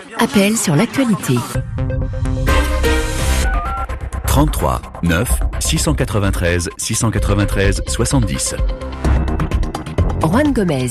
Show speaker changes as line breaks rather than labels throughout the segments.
Appel sur l'actualité.
33 9 693 693 70.
Juan Gomez.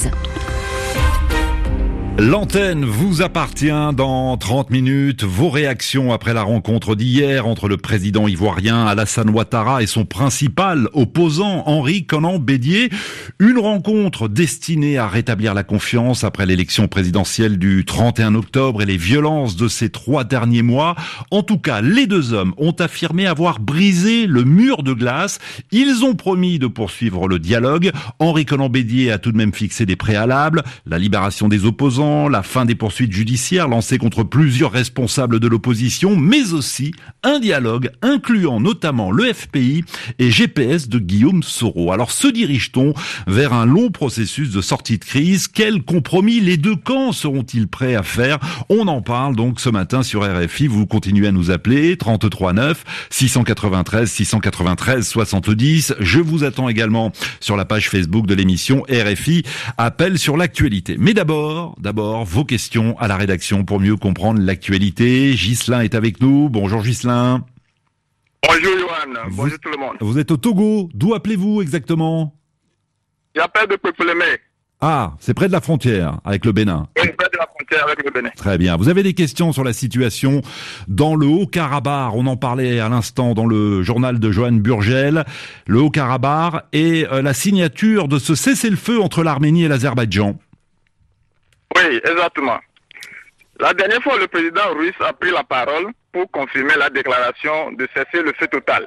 L'antenne vous appartient dans 30 minutes. Vos réactions après la rencontre d'hier entre le président ivoirien Alassane Ouattara et son principal opposant Henri Konan Bédié. Une rencontre destinée à rétablir la confiance après l'élection présidentielle du 31 octobre et les violences de ces 3 derniers mois. En tout cas, les deux hommes ont affirmé avoir brisé le mur de glace. Ils ont promis de poursuivre le dialogue. Henri Konan Bédié a tout de même fixé des préalables. La libération des opposants, la fin des poursuites judiciaires lancées contre plusieurs responsables de l'opposition, mais aussi un dialogue incluant notamment le FPI et GPS de Guillaume Soro. Alors se dirige-t-on vers un long processus de sortie de crise? Quels compromis les deux camps seront-ils prêts à faire? On en parle donc ce matin sur RFI. Vous continuez à nous appeler 33 9 693 693 70. Je vous attends également sur la page Facebook de l'émission RFI Appel sur l'actualité. Mais d'abord, vos questions à la rédaction pour mieux comprendre l'actualité. Ghislain est avec nous. Bonjour Ghislain.
Bonjour Johan, bonjour tout le monde.
Vous êtes au Togo. D'où appelez-vous exactement?
J'appelle de Peupleme.
Ah, c'est près de la frontière avec le Bénin.
Oui, près de la frontière avec le Bénin.
Très bien. Vous avez des questions sur la situation dans le Haut-Karabakh. On en parlait à l'instant dans le journal de Johan Burgel. Le Haut-Karabakh et la signature de ce cessez-le-feu entre l'Arménie et l'Azerbaïdjan.
Oui, exactement. La dernière fois, le président russe a pris la parole pour confirmer la déclaration de cesser le feu total.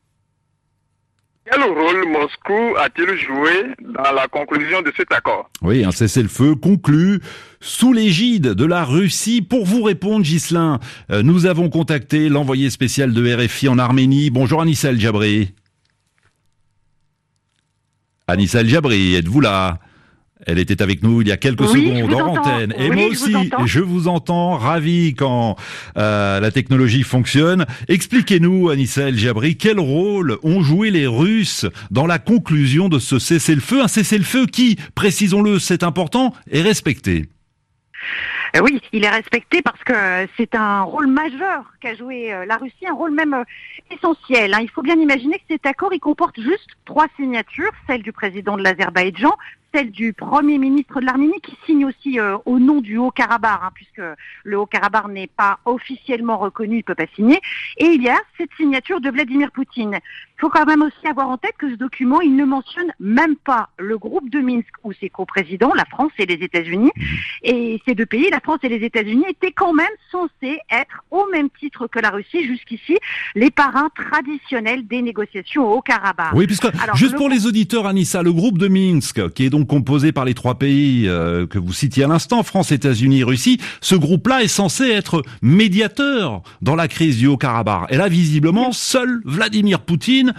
Quel rôle Moscou a-t-il joué dans la conclusion de cet accord?
Oui, un cessez-le-feu conclu sous l'égide de la Russie. Pour vous répondre, Ghislain, nous avons contacté l'envoyé spécial de RFI en Arménie. Bonjour Anissa El Jabri. Anissa El Jabri, êtes-vous là? Elle était avec nous il y a quelques secondes en antenne. Et moi aussi, je vous entends, ravi quand la technologie fonctionne. Expliquez-nous, Anissa El Jabri, quel rôle ont joué les Russes dans la conclusion de ce cessez-le-feu? Un cessez-le-feu qui, précisons-le, c'est important, est respecté.
Oui, il est respecté parce que c'est un rôle majeur qu'a joué la Russie, un rôle même essentiel. Il faut bien imaginer que cet accord, il comporte juste 3 signatures, celle du président de l'Azerbaïdjan, celle du Premier ministre de l'Arménie qui signe aussi au nom du Haut-Karabakh, puisque le Haut-Karabakh n'est pas officiellement reconnu, il ne peut pas signer. Et il y a cette signature de Vladimir Poutine. Il faut quand même aussi avoir en tête que ce document, il ne mentionne même pas le groupe de Minsk où ses coprésidents, la France et les États-Unis. Et ces deux pays, la France et les États-Unis, étaient quand même censés être, au même titre que la Russie, jusqu'ici, les parrains traditionnels des négociations au Haut-Karabakh.
Oui, puisque, juste pour les auditeurs, Anissa, le groupe de Minsk, qui est donc composé par les 3 pays que vous citiez à l'instant, France, États-Unis, Russie, ce groupe-là est censé être médiateur dans la crise du Haut-Karabakh. Et là, visiblement, seul Vladimir Poutine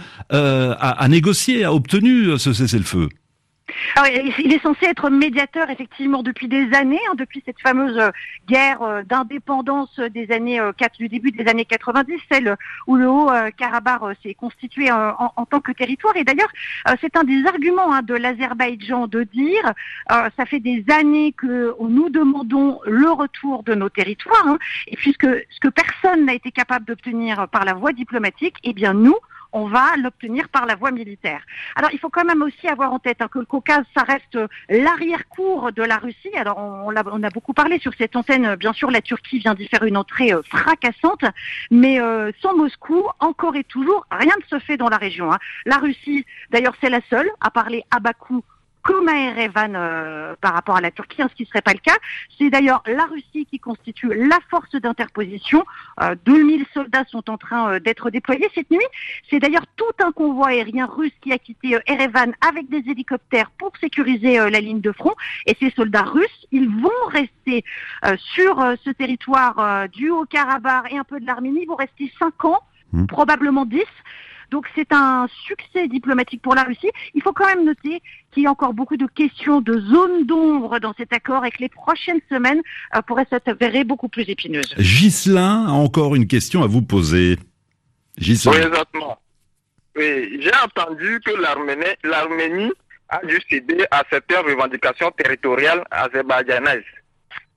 a négocié, a obtenu ce cessez-le-feu.
Alors, il est censé être médiateur effectivement depuis des années, depuis cette fameuse guerre d'indépendance des années du début des années 90, celle où le Haut-Karabakh s'est constitué en tant que territoire. Et d'ailleurs, c'est un des arguments de l'Azerbaïdjan de dire ça fait des années que nous demandons le retour de nos territoires, et puisque ce que personne n'a été capable d'obtenir par la voie diplomatique, eh bien nous, on va l'obtenir par la voie militaire. Alors, il faut quand même aussi avoir en tête que le Caucase, ça reste l'arrière-cour de la Russie. Alors, on a beaucoup parlé sur cette antenne. Bien sûr, la Turquie vient d'y faire une entrée fracassante, mais sans Moscou, encore et toujours, rien ne se fait dans la région. La Russie, d'ailleurs, c'est la seule à parler à Bakou comme à Erevan par rapport à la Turquie, ce qui ne serait pas le cas. C'est d'ailleurs la Russie qui constitue la force d'interposition. 2000 soldats sont en train d'être déployés cette nuit. C'est d'ailleurs tout un convoi aérien russe qui a quitté Erevan avec des hélicoptères pour sécuriser la ligne de front. Et ces soldats russes, ils vont rester sur ce territoire du Haut-Karabakh et un peu de l'Arménie. Ils vont rester 5 ans, probablement 10. Donc c'est un succès diplomatique pour la Russie. Il faut quand même noter qu'il y a encore beaucoup de questions de zones d'ombre dans cet accord et que les prochaines semaines pourraient s'avérer beaucoup plus épineuses.
Ghislain a encore une question à vous poser. Ghislain.
Oui, exactement. Oui, j'ai entendu que l'Arménie a dû céder à certaines revendications territoriales azerbaïdjanaises.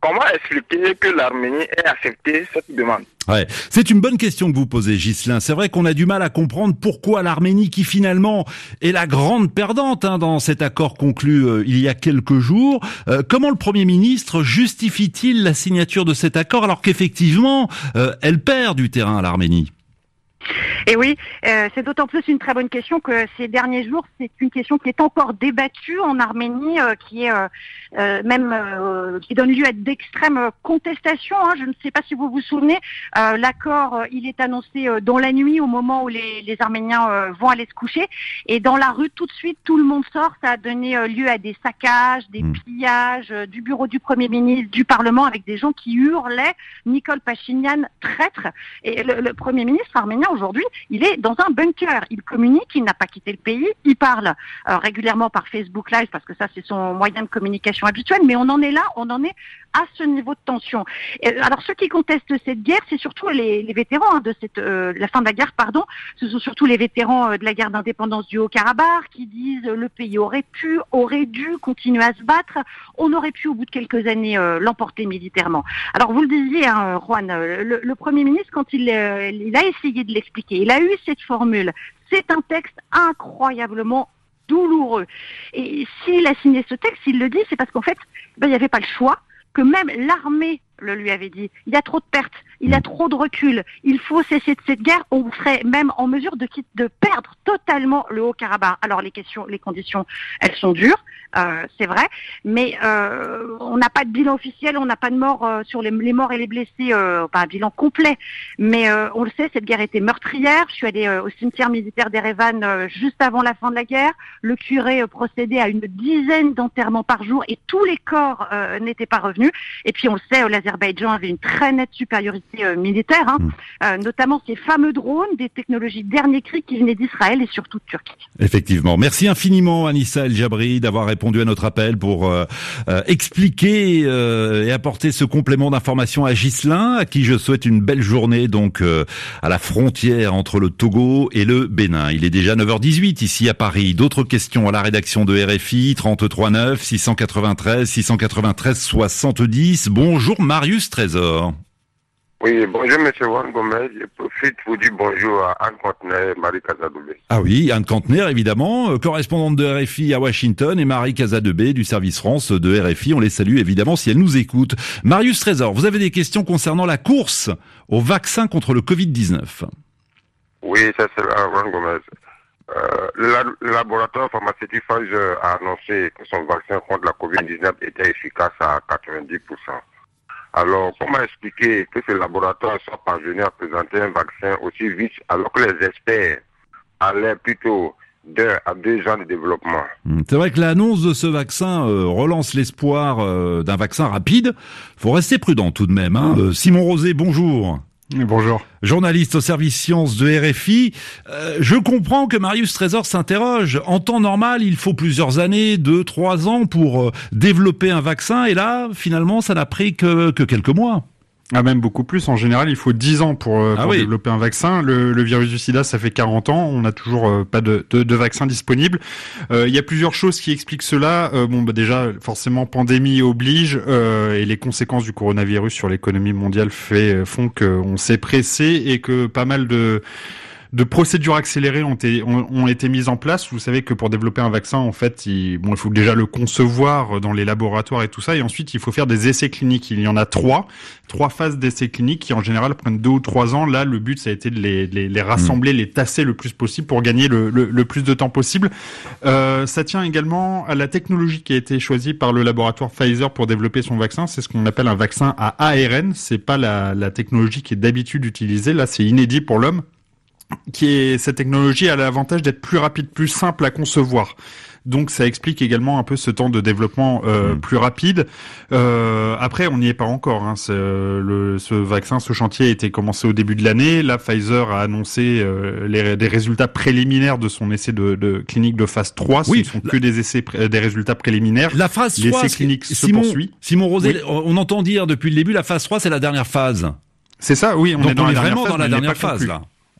comment expliquer que l'Arménie ait accepté cette demande?
Ouais, c'est une bonne question que vous posez, Ghislain. C'est vrai qu'on a du mal à comprendre pourquoi l'Arménie, qui finalement est la grande perdante dans cet accord conclu il y a quelques jours, comment le Premier ministre justifie-t-il la signature de cet accord alors qu'effectivement, elle perd du terrain à l'Arménie?
Et oui, c'est d'autant plus une très bonne question que ces derniers jours, c'est une question qui est encore débattue en Arménie, qui est qui donne lieu à d'extrêmes contestations. Je ne sais pas si vous vous souvenez, l'accord, il est annoncé dans la nuit au moment où les Arméniens vont aller se coucher, et dans la rue tout de suite, tout le monde sort. Ça a donné lieu à des saccages, des pillages du bureau du Premier ministre, du Parlement, avec des gens qui hurlaient Nikol Pachinian traître. Et le Premier ministre arménien aujourd'hui, il est dans un bunker. Il communique, il n'a pas quitté le pays. Il parle régulièrement par Facebook Live parce que ça, c'est son moyen de communication habituel. Mais on en est là, on en est à ce niveau de tension. Alors ceux qui contestent cette guerre, c'est surtout les vétérans de la fin de la guerre, pardon. Ce sont surtout les vétérans de la guerre d'indépendance du Haut-Karabakh qui disent le pays aurait dû continuer à se battre. On aurait pu au bout de quelques années l'emporter militairement. Alors vous le disiez, Juan, le Premier ministre, quand il a essayé de l'expliquer, il a eu cette formule. C'est un texte incroyablement douloureux. Et s'il a signé ce texte, il le dit, c'est parce qu'en fait, il n'y avait pas le choix, que même l'armée le lui avait dit. Il y a trop de pertes, il y a trop de recul, il faut cesser de cette guerre, on serait même en mesure de perdre totalement le Haut-Karabakh. Alors les conditions, elles sont dures, c'est vrai, mais on n'a pas de bilan officiel, on n'a pas de morts sur les morts et les blessés, pas un bilan complet, mais on le sait, cette guerre était meurtrière. Je suis allée au cimetière militaire d'Erevan juste avant la fin de la guerre. Le curé procédait à une dizaine d'enterrements par jour et tous les corps n'étaient pas revenus. Et puis on le sait, l'Azerbaïdjan avait une très nette supériorité militaire, notamment ces fameux drones, des technologies dernier cri qui venaient d'Israël et surtout de Turquie.
Effectivement. Merci infiniment Anissa El Jabri d'avoir répondu à notre appel pour expliquer et apporter ce complément d'information à Ghislain, à qui je souhaite une belle journée donc à la frontière entre le Togo et le Bénin. Il est déjà 9h18 ici à Paris. D'autres questions à la rédaction de RFI, 33 9 693 693 70. Bonjour Marius Trésor.
Oui, bonjour Monsieur Juan Gomez. Je profite pour dire bonjour à Anne Contener et Marie Casadebé.
Ah oui, Anne Contener évidemment, correspondante de RFI à Washington, et Marie Casadebé du service France de RFI. On les salue évidemment si elles nous écoutent. Marius Trésor, vous avez des questions concernant la course au vaccin contre le Covid-19.
Oui, ça c'est Juan Gomez. Le laboratoire pharmaceutique Pfizer a annoncé que son vaccin contre la Covid-19 était efficace à 90%. Alors, comment expliquer que ce laboratoire soit parvenu à présenter un vaccin aussi vite alors que les experts allaient plutôt d'1 à 2 ans de développement?
C'est vrai que l'annonce de ce vaccin relance l'espoir d'un vaccin rapide. Faut rester prudent tout de même. Simon Rosé, bonjour.
Bonjour.
Journaliste au service sciences de RFI. Je comprends que Marius Trésor s'interroge. En temps normal, il faut plusieurs années, 2-3 ans pour développer un vaccin. Et là, finalement, ça n'a pris que quelques mois.
Ah, même beaucoup plus. En général, il faut 10 ans pour développer un vaccin. Le virus du sida, ça fait 40 ans. On n'a toujours pas de vaccin disponible. Il y a plusieurs choses qui expliquent cela. Déjà, forcément, pandémie oblige, et les conséquences du coronavirus sur l'économie mondiale font qu'on s'est pressé et que pas mal de procédures accélérées ont été mises en place. Vous savez que pour développer un vaccin, en fait, il faut déjà le concevoir dans les laboratoires et tout ça, et ensuite il faut faire des essais cliniques. Il y en a 3 phases d'essais cliniques qui en général prennent 2 ou 3 ans. Là, le but, ça a été de les rassembler, les tasser le plus possible pour gagner le plus de temps possible. Ça tient également à la technologie qui a été choisie par le laboratoire Pfizer pour développer son vaccin. C'est ce qu'on appelle un vaccin à ARN. C'est pas la technologie qui est d'habitude utilisée. Là, c'est inédit pour l'homme. Cette technologie a l'avantage d'être plus rapide, plus simple à concevoir. Donc ça explique également un peu ce temps de développement plus rapide. Après, on n'y est pas encore. Ce vaccin, ce chantier a été commencé au début de l'année. Là, Pfizer a annoncé des résultats préliminaires de son essai de clinique de phase 3. Ce ne sont que des résultats préliminaires.
La phase 3,
l'essai clinique se poursuit.
Simon Rosé, on entend dire depuis le début, la phase 3, c'est la dernière phase.
C'est ça, oui.
On est vraiment dans la dernière phase, là.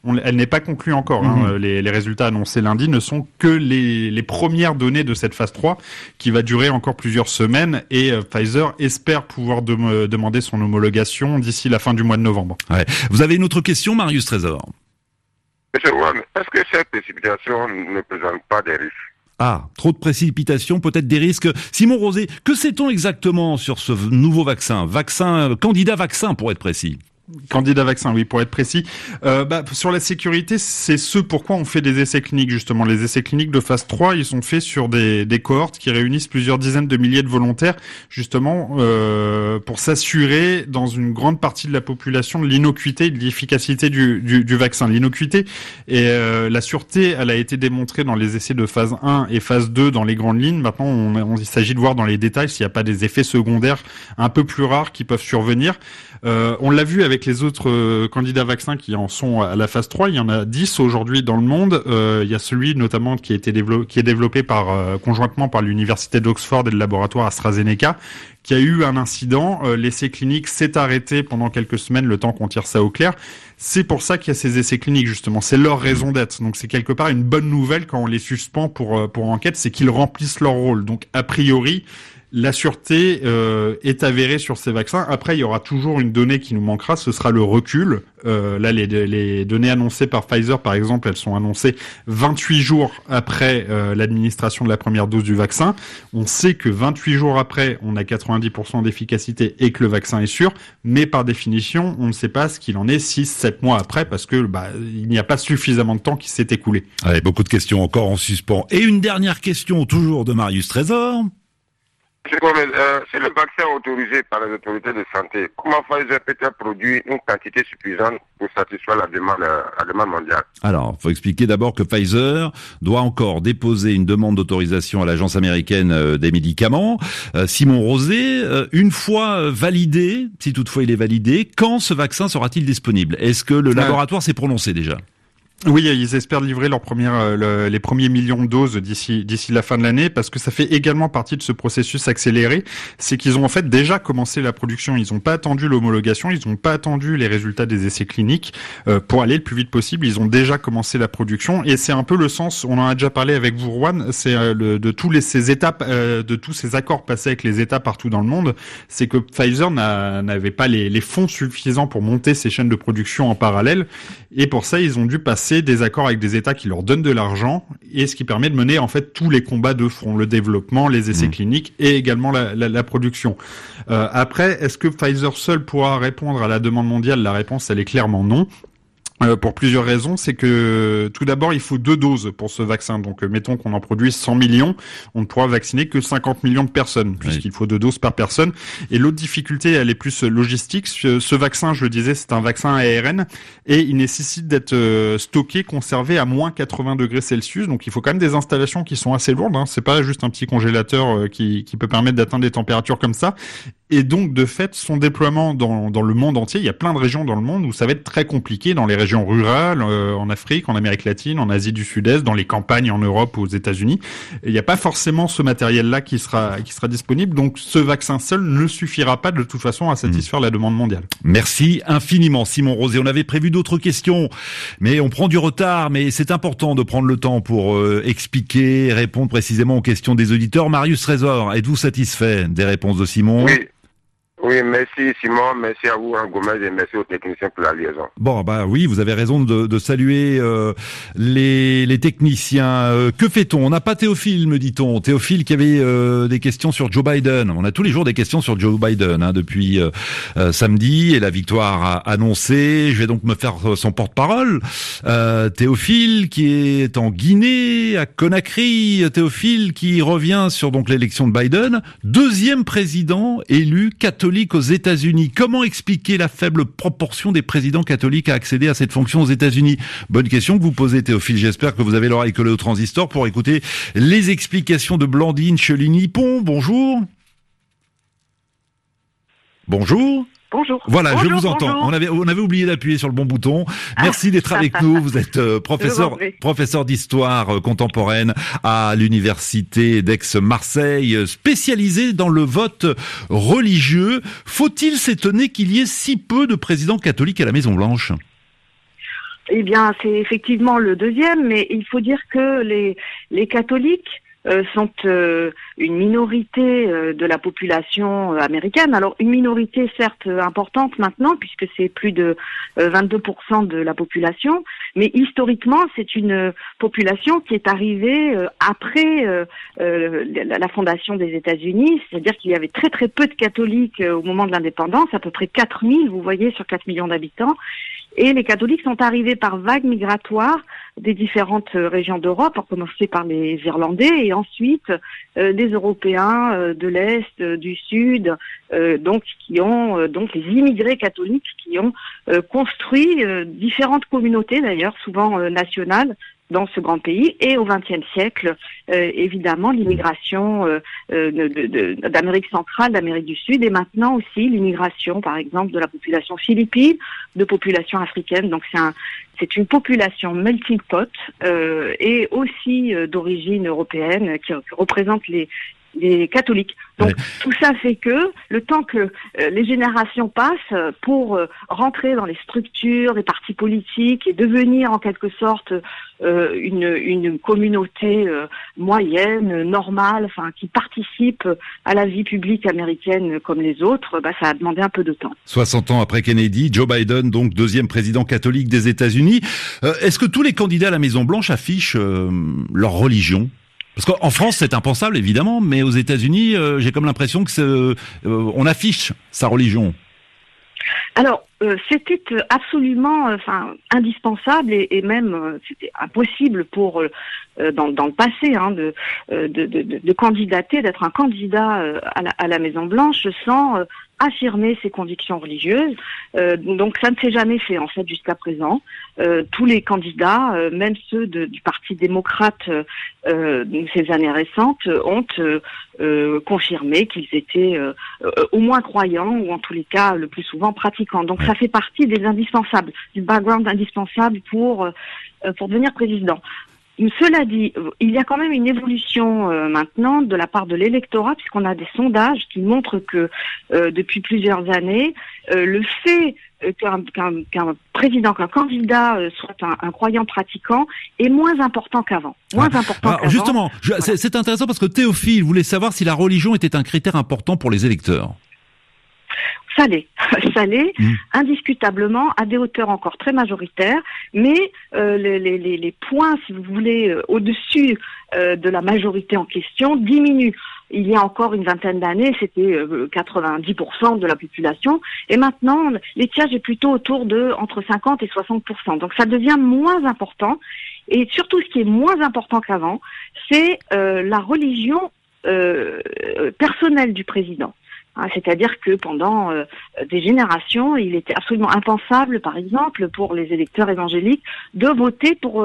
Elle n'est pas conclue encore. Les résultats annoncés lundi ne sont que les premières données de cette phase 3 qui va durer encore plusieurs semaines et Pfizer espère pouvoir demander son homologation d'ici la fin du mois de novembre.
Ouais. Vous avez une autre question, Marius Trésor?
Monsieur Rouen, est-ce que cette précipitation ne présente pas des risques?
Ah, trop de précipitations, peut-être des risques. Simon Rosé, que sait-on exactement sur ce nouveau vaccin? Candidat vaccin pour être précis.
Candidat vaccin, oui, pour être précis. Sur la sécurité, c'est ce pourquoi on fait des essais cliniques, justement. Les essais cliniques de phase 3, ils sont faits sur des cohortes qui réunissent plusieurs dizaines de milliers de volontaires, justement, pour s'assurer, dans une grande partie de la population, de l'innocuité et de l'efficacité du vaccin. L'innocuité et la sûreté, elle a été démontrée dans les essais de phase 1 et phase 2 dans les grandes lignes. Maintenant, il s'agit de voir dans les détails s'il n'y a pas des effets secondaires un peu plus rares qui peuvent survenir. On l'a vu avec les autres candidats vaccins qui en sont à la phase 3, il y en a 10 aujourd'hui dans le monde. Il y a celui notamment qui est développé conjointement par l'université d'Oxford et le laboratoire AstraZeneca, qui a eu un incident. L'essai clinique s'est arrêté pendant quelques semaines, le temps qu'on tire ça au clair. C'est pour ça qu'il y a ces essais cliniques, justement. C'est leur raison d'être. Donc c'est quelque part une bonne nouvelle quand on les suspend pour enquête, c'est qu'ils remplissent leur rôle. Donc a priori, la sûreté est avérée sur ces vaccins. Après, il y aura toujours une donnée qui nous manquera, ce sera le recul. Là, les données annoncées par Pfizer, par exemple, elles sont annoncées 28 jours après l'administration de la première dose du vaccin. On sait que 28 jours après, on a 90% d'efficacité et que le vaccin est sûr, mais par définition, on ne sait pas ce qu'il en est 6-7 mois après, parce que il n'y a pas suffisamment de temps qui s'est écoulé.
Allez, beaucoup de questions encore en suspens. Et une dernière question, toujours de Marius Trésor.
Si le vaccin est autorisé par les autorités de santé, comment Pfizer peut-il produire une quantité suffisante pour satisfaire la demande mondiale?
Alors, il faut expliquer d'abord que Pfizer doit encore déposer une demande d'autorisation à l'Agence américaine des médicaments. Simon Rosé, une fois validé, si toutefois il est validé, quand ce vaccin sera-t-il disponible? Est-ce que le laboratoire s'est prononcé déjà?
Oui, ils espèrent livrer les premiers millions de doses d'ici la fin de l'année, parce que ça fait également partie de ce processus accéléré. C'est qu'ils ont en fait déjà commencé la production. Ils n'ont pas attendu l'homologation, ils n'ont pas attendu les résultats des essais cliniques pour aller le plus vite possible. Ils ont déjà commencé la production, et c'est un peu le sens. On en a déjà parlé avec vous, Rouen. C'est de ces étapes, de tous ces accords passés avec les États partout dans le monde. C'est que Pfizer n'avait pas les fonds suffisants pour monter ces chaînes de production en parallèle, et pour ça ils ont dû passer des accords avec des États qui leur donnent de l'argent, et ce qui permet de mener en fait tous les combats de front, le développement, les essais cliniques et également la production. Après, est-ce que Pfizer seul pourra répondre à la demande mondiale? La réponse, elle est clairement non. Pour plusieurs raisons, c'est que tout d'abord il faut 2 doses pour ce vaccin. Donc mettons qu'on en produise 100 millions, on ne pourra vacciner que 50 millions de personnes, puisqu'il faut 2 doses par personne. Et l'autre difficulté, elle est plus logistique. Ce vaccin, je le disais, c'est un vaccin ARN, et il nécessite d'être stocké, conservé à moins 80 degrés Celsius. Donc il faut quand même des installations qui sont assez lourdes, hein. C'est pas juste un petit congélateur qui peut permettre d'atteindre des températures comme ça. Et donc, de fait, son déploiement dans le monde entier, il y a plein de régions dans le monde où ça va être très compliqué, dans les régions rurales, en Afrique, en Amérique latine, en Asie du Sud-Est, dans les campagnes en Europe ou aux États-Unis. Et il n'y a pas forcément ce matériel-là qui sera disponible. Donc, ce vaccin seul ne suffira pas de toute façon à satisfaire la demande mondiale.
Merci infiniment, Simon Rosé. On avait prévu d'autres questions, mais on prend du retard. Mais c'est important de prendre le temps pour expliquer, répondre précisément aux questions des auditeurs. Marius Trésor, êtes-vous satisfait des réponses de Simon?
Oui, merci Simon, merci à vous, Gomez, et merci aux techniciens pour la liaison.
Bon, oui, vous avez raison de saluer les techniciens. Que fait-on? On n'a pas Théophile, me dit-on. Théophile qui avait des questions sur Joe Biden. On a tous les jours des questions sur Joe Biden depuis samedi, et la victoire annoncée. Je vais donc me faire son porte-parole. Théophile qui est en Guinée, à Conakry. Théophile qui revient sur donc l'élection de Biden, deuxième président élu catholique aux États-Unis. Comment expliquer la faible proportion des présidents catholiques à accéder à cette fonction aux États-Unis? Bonne question que vous posez, Théophile. J'espère que vous avez l'oreille collée au transistor pour écouter les explications de Blandine Cheligny-Pont. Bonjour. Bonjour.
Bonjour.
Voilà,
bonjour,
je vous entends.
Bonjour.
On avait oublié d'appuyer sur le bon bouton. Merci d'être avec nous. Vous êtes professeur d'histoire contemporaine à l'université d'Aix-Marseille, spécialisé dans le vote religieux. Faut-il s'étonner qu'il y ait si peu de présidents catholiques à la Maison-Blanche?
Eh bien, c'est effectivement le deuxième, mais il faut dire que les catholiques sont une minorité de la population américaine. Alors, une minorité certes importante maintenant, puisque c'est plus de 22% de la population, mais historiquement, c'est une population qui est arrivée après la fondation des États-Unis, c'est-à-dire qu'il y avait très très peu de catholiques au moment de l'indépendance, à peu près 4000, vous voyez, sur 4 millions d'habitants. Et les catholiques sont arrivés par vagues migratoires des différentes régions d'Europe, à commencer par les Irlandais et ensuite des Européens de l'Est, du Sud, donc qui ont donc les immigrés catholiques qui ont construit différentes communautés d'ailleurs, souvent nationales, dans ce grand pays. Et au XXe siècle, évidemment, l'immigration d'Amérique centrale, d'Amérique du Sud, et maintenant aussi l'immigration, par exemple, de la population philippine, de population africaine. Donc c'est une population melting pot et aussi d'origine européenne qui représente les catholiques. Donc tout ça fait que le temps que les générations passent pour rentrer dans les structures, les partis politiques et devenir en quelque sorte une communauté moyenne, normale, enfin qui participe à la vie publique américaine comme les autres, ça a demandé un peu de temps.
60 ans après Kennedy, Joe Biden, donc deuxième président catholique des États-Unis. Est-ce que tous les candidats à la Maison-Blanche affichent leur religion ? Parce qu'en France, c'est impensable, évidemment, mais aux États-Unis, j'ai comme l'impression que on affiche sa religion.
Alors, c'était absolument, indispensable et même c'était impossible pour dans le passé de candidater, d'être un candidat à la Maison Blanche sans affirmer ses convictions religieuses. Donc ça ne s'est jamais fait en fait jusqu'à présent. Tous les candidats, même ceux du Parti démocrate ces années récentes, ont confirmé qu'ils étaient au moins croyants ou en tous les cas le plus souvent pratiquants. Donc ça fait partie des indispensables, du background indispensable pour devenir président. Cela dit, il y a quand même une évolution maintenant de la part de l'électorat, puisqu'on a des sondages qui montrent que depuis plusieurs années, le fait qu'un président, qu'un candidat soit un croyant pratiquant est moins important qu'avant. Qu'avant.
Justement, c'est intéressant parce que Théophile voulait savoir si la religion était un critère important pour les électeurs.
Ça l'est, indiscutablement, à des hauteurs encore très majoritaires, mais les points, si vous voulez, au-dessus de la majorité en question diminuent. Il y a encore une vingtaine d'années, c'était 90% de la population, et maintenant, l'étiage est plutôt autour de entre 50 et 60%. Donc ça devient moins important, et surtout ce qui est moins important qu'avant, c'est la religion personnelle du président. C'est-à-dire que pendant des générations, il était absolument impensable, par exemple, pour les électeurs évangéliques, de voter pour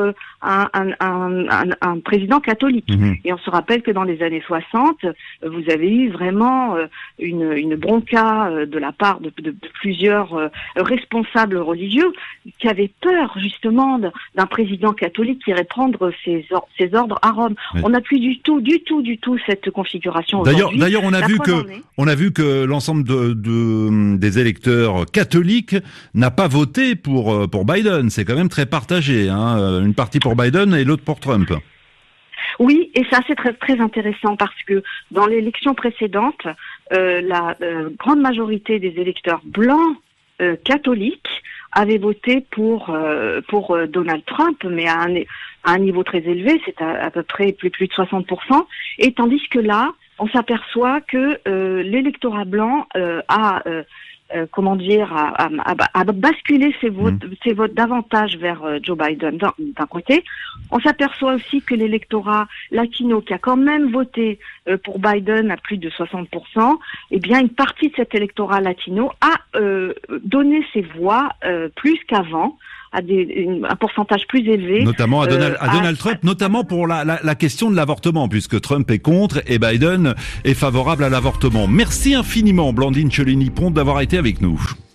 un président catholique. Et on se rappelle que dans les années 60, vous avez eu vraiment une bronca de la part de plusieurs responsables religieux qui avaient peur justement d'un président catholique qui irait prendre ses ordres à Rome. On n'a plus du tout cette configuration aujourd'hui.
D'ailleurs, on a vu que l'ensemble des électeurs catholiques n'a pas voté pour Biden. C'est quand même très partagé, une partie pour Biden et l'autre pour Trump.
Oui, et ça c'est très très intéressant parce que dans l'élection précédente, la grande majorité des électeurs blancs catholiques avaient voté pour Donald Trump, mais à un niveau très élevé, c'est à peu près plus de 60%, et tandis que là, on s'aperçoit que l'électorat blanc a basculé ses votes davantage vers Joe Biden d'un côté. On s'aperçoit aussi que l'électorat latino, qui a quand même voté pour Biden à plus de 60%, eh bien une partie de cet électorat latino a donné ses voix plus qu'avant, à un pourcentage plus élevé.
Notamment à Donald Trump, notamment pour la question de l'avortement, puisque Trump est contre et Biden est favorable à l'avortement. Merci infiniment, Blandine Chelini-Pont, d'avoir été avec nous.